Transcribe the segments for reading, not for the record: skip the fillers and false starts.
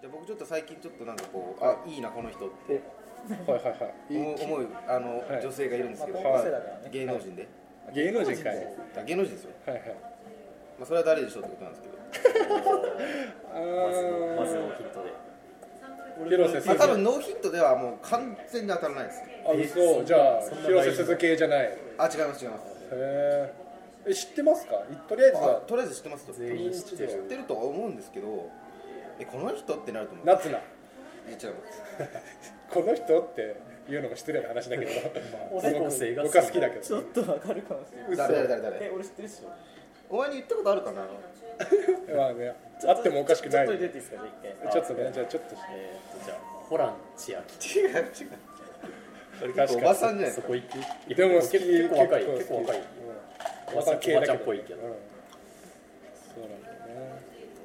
じゃあ僕ちょっと最近ちょっとなんかこう、あ、いいなこの人ってはいはいはい。 思うはい女性がいるんですけど、 まあ高校生だからね芸能人で、 芸能人かい。 芸能人ですよ。 はいはい。 まあそれは誰でしょうってことなんですけど、 まずのヒントで。 広瀬すず。 まあ多分ノーヒントではもう完全に当たらないです。 あ、嘘。じゃあ広瀬すず系じゃない。へあ、違います違います。 え。知ってますか？とりあえずはとりあえず知ってますと。 全員知ってる知ってるとは思うんですけど、この人ってなると思う。 夏菜。 違います。 この人って言うのも失礼な話だけど、 俺高校生が僕は好きだけど。 ちょっとわかるかもしれない。 嘘。 誰俺知ってるっしょ。 お前に言ったことあるかな。 まあね、あってもおかしくない。 ちょっと入れていいですか、じゃあ一回。 ちょっとね、じゃあちょっと。 じゃあホラン千秋。 違う違う。おばさんじゃないですか。 そこ行く。 でも好き。 結構若い。 結構結構若い。 おばさん系だけど。 おばちゃんっぽいけど。 そうなんだよね。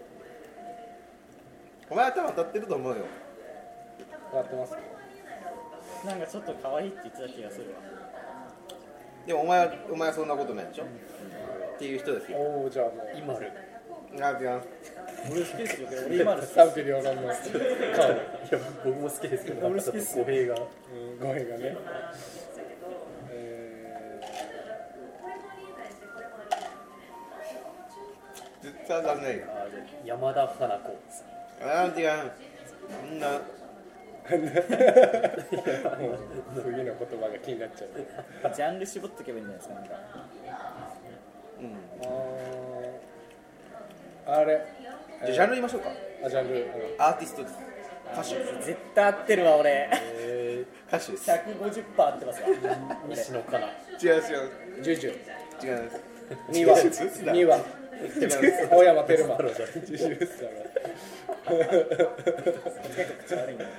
お前頭当たってると思うよ。 やってます。 なんかちょっと可愛いって言ってた気がするわ。 でもお前はそんなことないでしょ。っていう人ですよ。 おお、じゃあもうイマル。 あ、違う。 俺好きですよ。俺今の賛否両論の顔。 いや僕も好きですけど、 俺好きっす語弊が。 語弊がね。 絶対当たらないよ。 山田花子さん。 あ、違う。そんな。 もう次の言葉が気になっちゃう。 ジャンル絞っとけばいいんじゃないですか。なんかうん。 あれ。 じゃあジャンル言いましょうか。 あ、ジャンル。 アーティストです。歌手。 絶対合ってるわ俺。 歌手です。 150%合ってますわ。 西野カナ。 違う違う。 ジュジュ。 違います。 二話。二話。青山テルマ。 結構口悪いんだよ。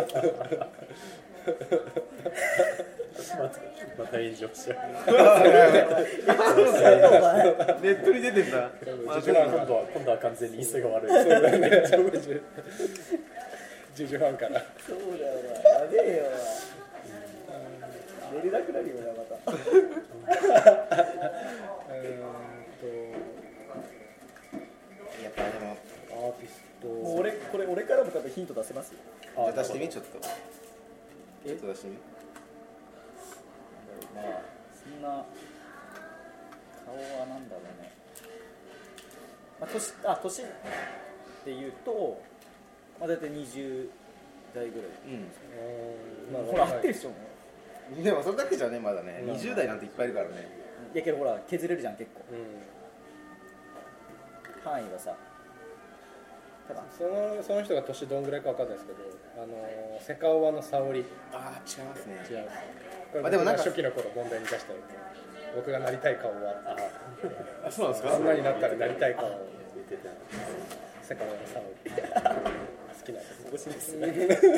また炎上しちゃう。 ネットに出てんだ。 今度は完全に椅子が悪い。 そうだね。ジュジュファンから。 そうだよな。やべえよな。寝れなくなるよなまた。 やっぱでもアーティスト。 もう俺からも多分ヒント出せますよ。 じゃあ出してみちょっと。ちょっと出してみ。 まあそんな顔はなんだろうね。まあ年で言うと、まあ大体20代ぐらい。ほら合ってるでしょ。 うん。でもそれだけじゃねまだね。20代なんていっぱいいるからね。 いやけどほら削れるじゃん結構。範囲がさ。ただその人が年どんぐらいかわかんないですけど、セカオワの沙織。 ああ違いますね。 違う。 まあでもなんか初期の頃問題に出したやつ。僕がなりたい顔は。 あ、そうなんですか。 女になったらなりたい顔を言ってた。セカオワの沙織。好きなんです。 面白いですね。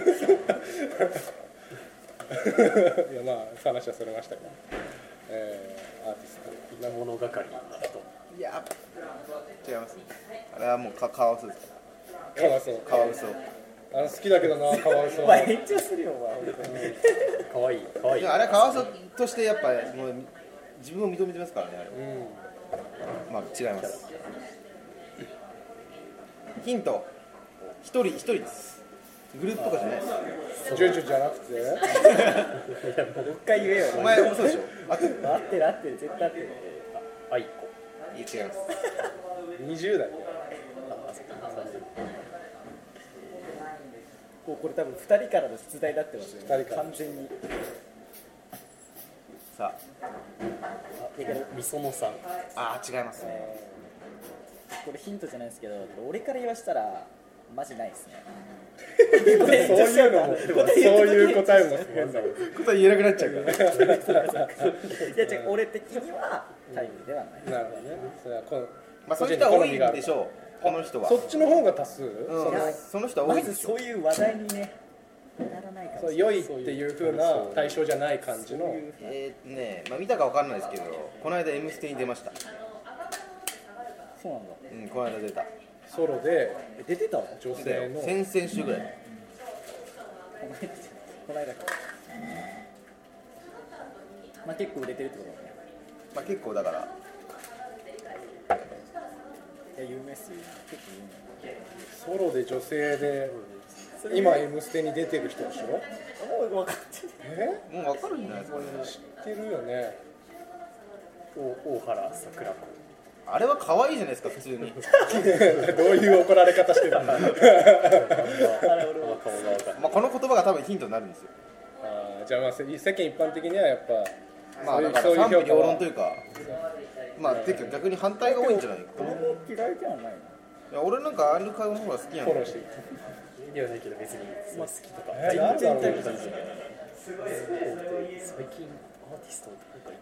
いやまあ話はそれましたけど、アーティスト。 稲物係の人。 いや違いますね。あれはもうカワウソですかカワウソ。 ら。カワウソ。 好きだけどな、カワウソ。 お前延長するよお前本当に。 可愛い可愛い。 でもあれはカワウソとしてやっぱもう自分を認めてますからねあれ。まあ違います。ヒント。一人です。グループとかじゃないです。 ジュジュじゃなくて。 もう一回言えよ。 お前もそうでしょ。合ってる。 合ってる合ってる絶対合ってる。 愛子。 いや違います。 20代。 これ多分2人からの出題になってますよね。 二人から完全に。 さみそのさん。 あ、違いますね。 これヒントじゃないですけど、俺から言わしたらマジないですね。 そういうのも、そういう答えも変だよ。 答え言えなくなっちゃうから。 いや違う、俺的にはタイプではない。 なるほどね。それはまあそういう人は多いんでしょう。この人は。 そっちの方が多数。 その人は多まいんですよ。 ずそういう話題にね、ならないから。 そう良いっていう風な対象じゃない感じの。 まあ見たかわかんないですけど、この間 M ステに出ました。 そうなんだ。 うん、この間出た。 ソロで出てたわ。 女性の。 先々週ぐらい。 この間か。まあ結構売れてるってことだね。 まあ結構だから。 いや有名っすよ。結構有名。 ソロで女性で今 M ステに出てる人でしょ。 もう分かってる。 もう分かるんじゃないですかね。 知ってるよね。 大原桜子。 あれは可愛いじゃないですか普通に。 どういう怒られ方してたの。 あれ俺は顔が分かる。 まあこの言葉が多分ヒントになるんですよ。 じゃあまあ世間一般的にはやっぱまあだからそういう賛否両評価は論というか、まあてか逆に反対が多いんじゃないか。 俺も嫌いではないの。 いや俺なんかアンルカの方が好きやん。 フォローしてる。 いやないけど別に好きとか。 なんだろう全然タイプじゃない。 最近アーティストなんか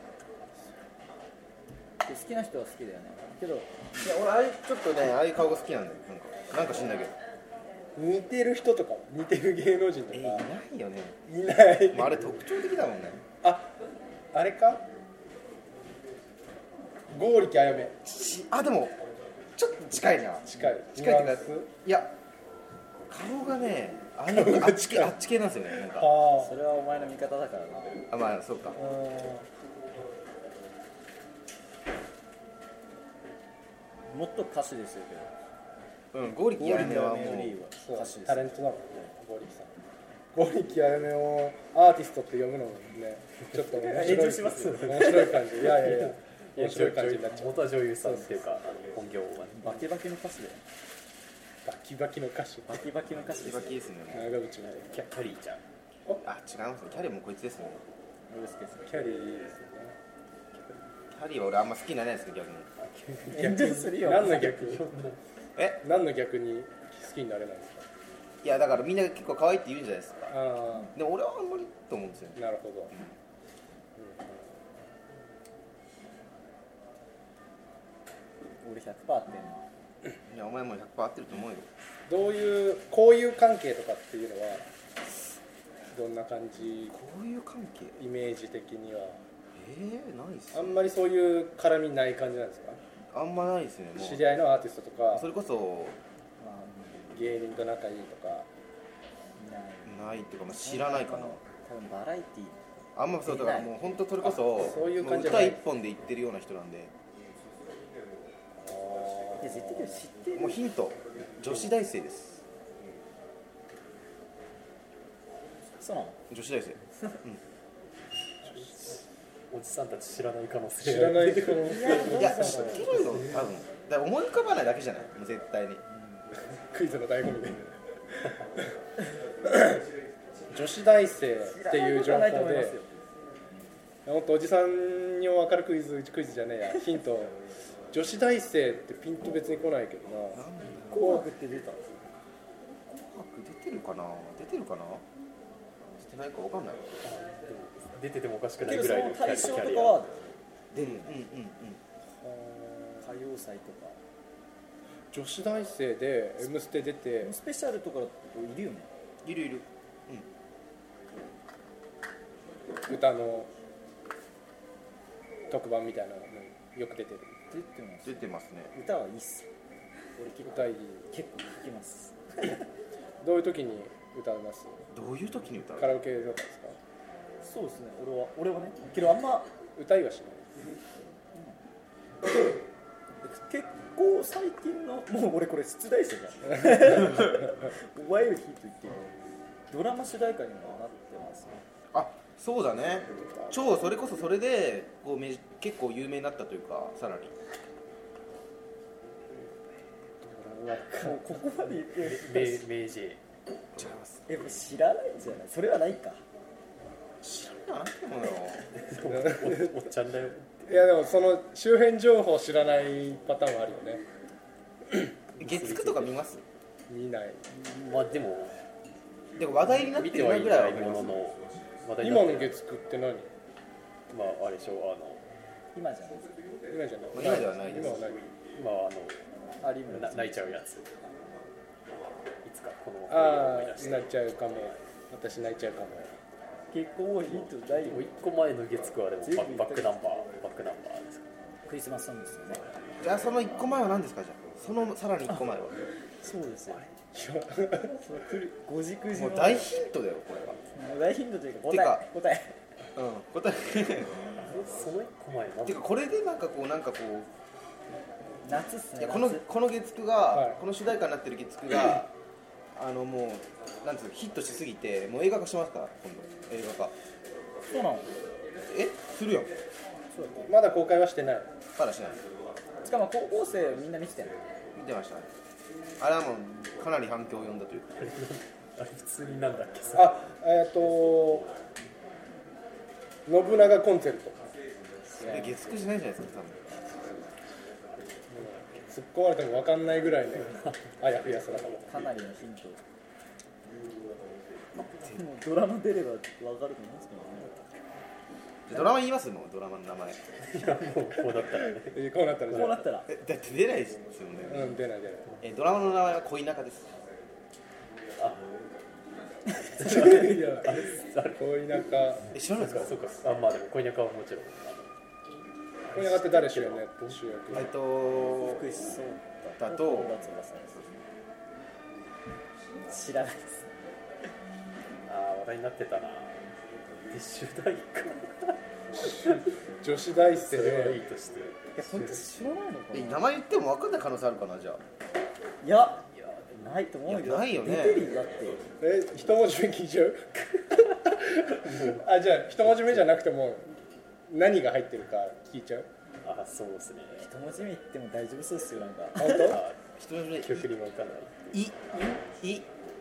好きな人は好きだよね。けどいや俺あれちょっとねああいう顔が好きなんだよ。なんか知んないけど。 似てる人とか似てる芸能人とかいないよね。 いない。 まああれ特徴的だもんね。 あれか剛力あやめ。 あでもちょっと近いな。 近い近いってかニュアンスいや顔がねあっち系なんですよね。なんかはそれはお前の味方だからな。 あまあそうか。 もっと歌手ですよけど。 剛力やめはもうそう歌手です。 タレントなのね剛力さん。剛力あやめをアーティストって呼ぶのもねちょっと面白い炎上します面白い感じ。いや面白い感じになっちゃう。 元は女優さんっていうか本業はね。 バキバキの歌手だよ。 バキバキの歌手。 バキバキの歌手ですよ。 バキですね。 長渕までキャリーちゃん。 あ違いますね。キャリーもこいつですね。 俺好きです。 キャリーいいですよね。 キャリーは俺あんま好きになれないですけど逆に。 炎上するよ。 何の逆え何の逆に好きになれないんですか。 いやだからみんな結構可愛いって言うんじゃないですか。 あでも俺はあんまりと思うんですよね。 あなるほど。 俺100%合ってんの。 いやお前も100%合ってると思うよ。 どういう交友関係とかっていうのはどんな感じ。 こういう関係イメージ的にはないっすあんまりそういう絡みない感じなんですか。 あんまないですね。もう知り合いのアーティストとかそれこそまあ、 芸人と仲いいとか。 ない。 ないっていうか、まあ、知らないかな。 多分バラエティあんまそうだからもう本当それこそそういう感じじゃもない歌一本で言ってるような人なんで。 ー。絶対知ってる。 もうヒント女子大生です。 そうなの。 女子大生。 おじさんたち知らない可能性。 知らない人のいや知ってるよ多分。だから思い浮かばないだけじゃないもう絶対に。 クイズの醍醐味で女子大生っていう情報でもっとおじさんにも分かるクイズじゃねえやヒント。女子大生ってピンと別に来ないけどな。 紅白って出た。 紅白出てるかな出てるかな出てないか分かんない。 出ててもおかしくないけどそぐらいのの対象とかキャリは出る。 歌謡祭とか女子大生で M ステ出てスペシャルとかだといるよね。 いるいる。 歌の特番みたいなのよく出てる。 出てます。 出てますね。 歌はいいっす。俺歌いい。 結構聴きます。 どういう時に歌います。 どういう時に歌うカラオケとかですか。 そうですね。俺はね。けどあんま歌いはしない。 結構最近のもう俺これ出題者じゃん。お前よりヒント言ってる。ドラマ主題歌にもなってますね。 あそうだね。超それこそそれでこう結構有名になったというかさらに。 もうここまで言ってる。 名 J。 違います。 やっぱ知らないんじゃない。それはないか。 知らないと思うよ。 おっちゃんだよ。 いやでもその周辺情報知らないパターンはあるよね。 月9とか見ます？ 見ない。 まあでもでも話題になってるなぐらいは見ます。 今の月9って何。 まああれでしょ今じゃない。 今じゃない。 今ではないです。 今は何。 今は有村泣いちゃうやつ。いつかこのああ泣いちゃうかも。私泣いちゃうかも。 結構もうヒントないよ。 1個前の月9はでも全部言ったバックナンバーですか。 クリスマスソングですよね。 じゃあその1個前は何ですかじゃあ。そのさらに1個前は。 そうですよ。その5時9時のもう大ヒントだよこれは。 もう大ヒントというかてか答え。 答え。 その1個前なんてかこれでなんかこう夏っすね。 いやこの月9が、 はいこの主題歌になってる月9がもうなんていうのヒットしすぎてもう映画化しますから今度映画化そうなの。 するよまだ公開はしてない。 まだしないしかも高校生みんな見てたよ。 見てましたねあれはもうかなり反響を呼んだというかあれ普通になんだっけさあ、信長コンチェルト。 月9じゃないじゃないですか突っ込まれても分かんないぐらいのあやふやさだから。 かなりのヒント。でもドラマ出ればわかると思うんですけどね。 ドラマ言いますもんドラマの名前いやもうこうだったらねこうなったらじゃあこうなったらだって出ないですよね、 出ない出ないドラマの名前は恋仲ですいや恋仲知らないですかそうかあまあでも恋仲はもちろん恋仲って誰主演の主役福士蒼だと太知らないですああ話題になってたな主題歌女子大それはいい生としていや本当知らないのかな名前言っても分かんない可能性あるかなじゃあいやないと思うよいやないよね出てるよだって一文字目聞いちゃうあじゃあ一文字目じゃなくても何が入ってるか聞いちゃうあそうですね一文字目言っても大丈夫そうですよなんか本当あ一文字目記憶にもわかんないい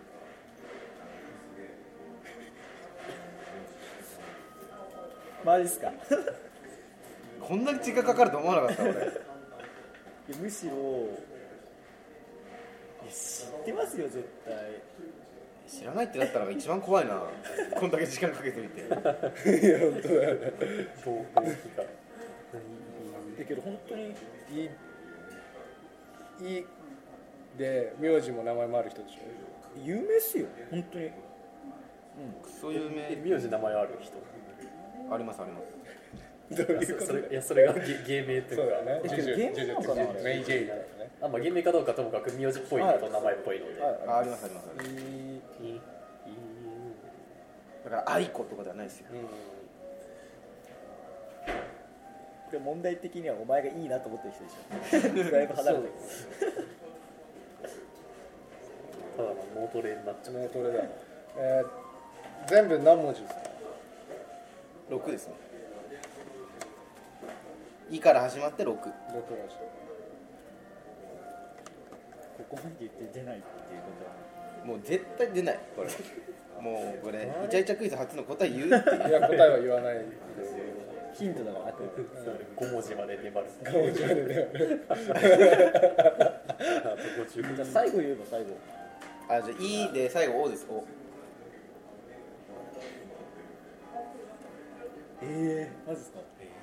マジっすかいこんなに時間かかると思わなかった俺やむしろいや知ってますよ絶対知らないってなったのが一番怖いなこんだけ時間かけといていや本当だよね動機がだけど本当にいいで名字も名前もある人でしょ有名っすよ本当にそういう名名字名前ある人ありますありますどういうことそれいやそれが芸名というかそうだねけど芸名なのかなあれメイジェイだよねあまあ芸名かどうかともかく名字っぽいのと名前っぽいので、 ありますありますありますだから愛子とかではないですよで問題的にはお前がいいなと思ってる人でしょだいぶ離れてるただの脳トレになっちゃう脳トレだ全部何文字ですか 6ですねいから始まって6 6文字ここまで言って出ないっていうことはもう絶対出ないこれもうこれイチャイチャクイズ初の答え言うっていういや答えは言わないですヒントだからあくまで 5文字まで粘る顔文字までねじゃあ最後言えば最後あじゃあいいで最後 O ですO マジですか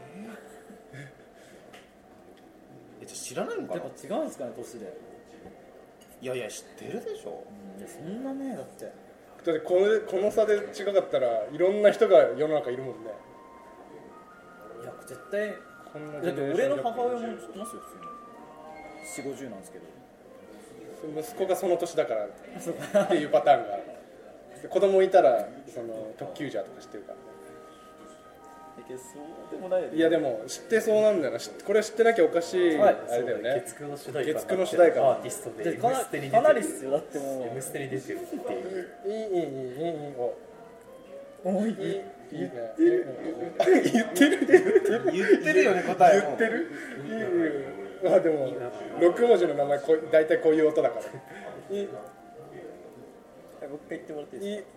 知らないのかなやっぱ違うんですかね年でいやいや知ってるでしょいやそんなねだってだってこの差で違かったらいろんな人が世の中いるもんねいや絶対こんなだって俺の母親も知ってますよ普通に4050なんですけど息子がその年だからそうかっていうパターンがで子供いたらその特急ジャーとか知ってるからだけどそうでもないよねいやでも知ってそうなんだよなこれ知ってなきゃおかしい、 はいあれだよね月9の主題歌月9の主題歌アーティストででかな M ステに出てるかなりっすよだってもう M ステに出てるっていういいおいいいね言ってるよね答えも言ってるいいまあでも6文字の名前大体こういう音だからいいもう一回言ってもらっていいですか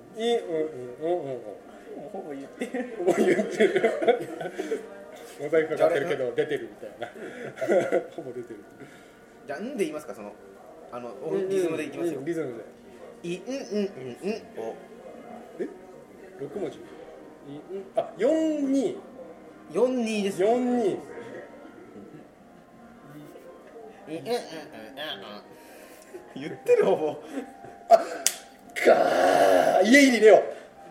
もうほぼ言ってるもう言ってるモザイクかかってるけど出てるみたいなほぼ出てるじゃあんで言いますかそのリズムでいきますよリズムでいお 6文字あ42 42です 42 言ってるほぼかー家入りレオ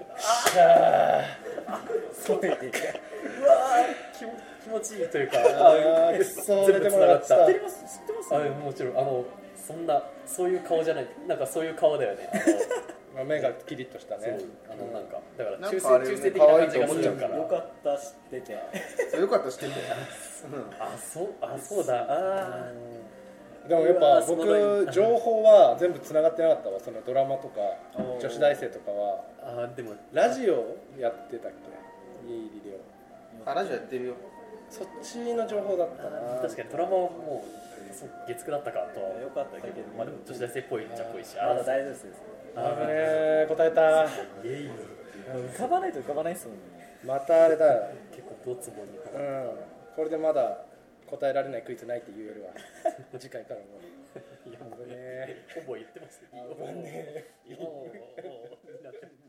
そう言ってうわー気持ちいいというかくっそ全部つながった知ってますあもちろんそんなそういう顔じゃないなんかそういう顔だよね目がキリッとしたそうねなんかだからなんかあれ中性的な感じがするからよかった知っててよかった知っててそうだでもやっぱうわーすごい僕情報は全部つながってなかったわ。そのドラマとかおー女子大生とかはあでもラジオやってたっけ、いいリレオ。 あラジオやってるよ。 そっちの情報だったな。 確かにドラマはもうそう月9だったかとはよかったけどまあでも女子大生っぽいっちゃっぽいし、 まだ大丈夫です。 あぶねえ、答えた。 浮かばないと浮かばないですもんね。 またあれだよ。 結構ドツボにこれでまだ答えられないクイズないって言えるわ。次回からも。 いや危ねえ。 ほぼ言ってますよ。 危ねえ。 おーおーおーなってる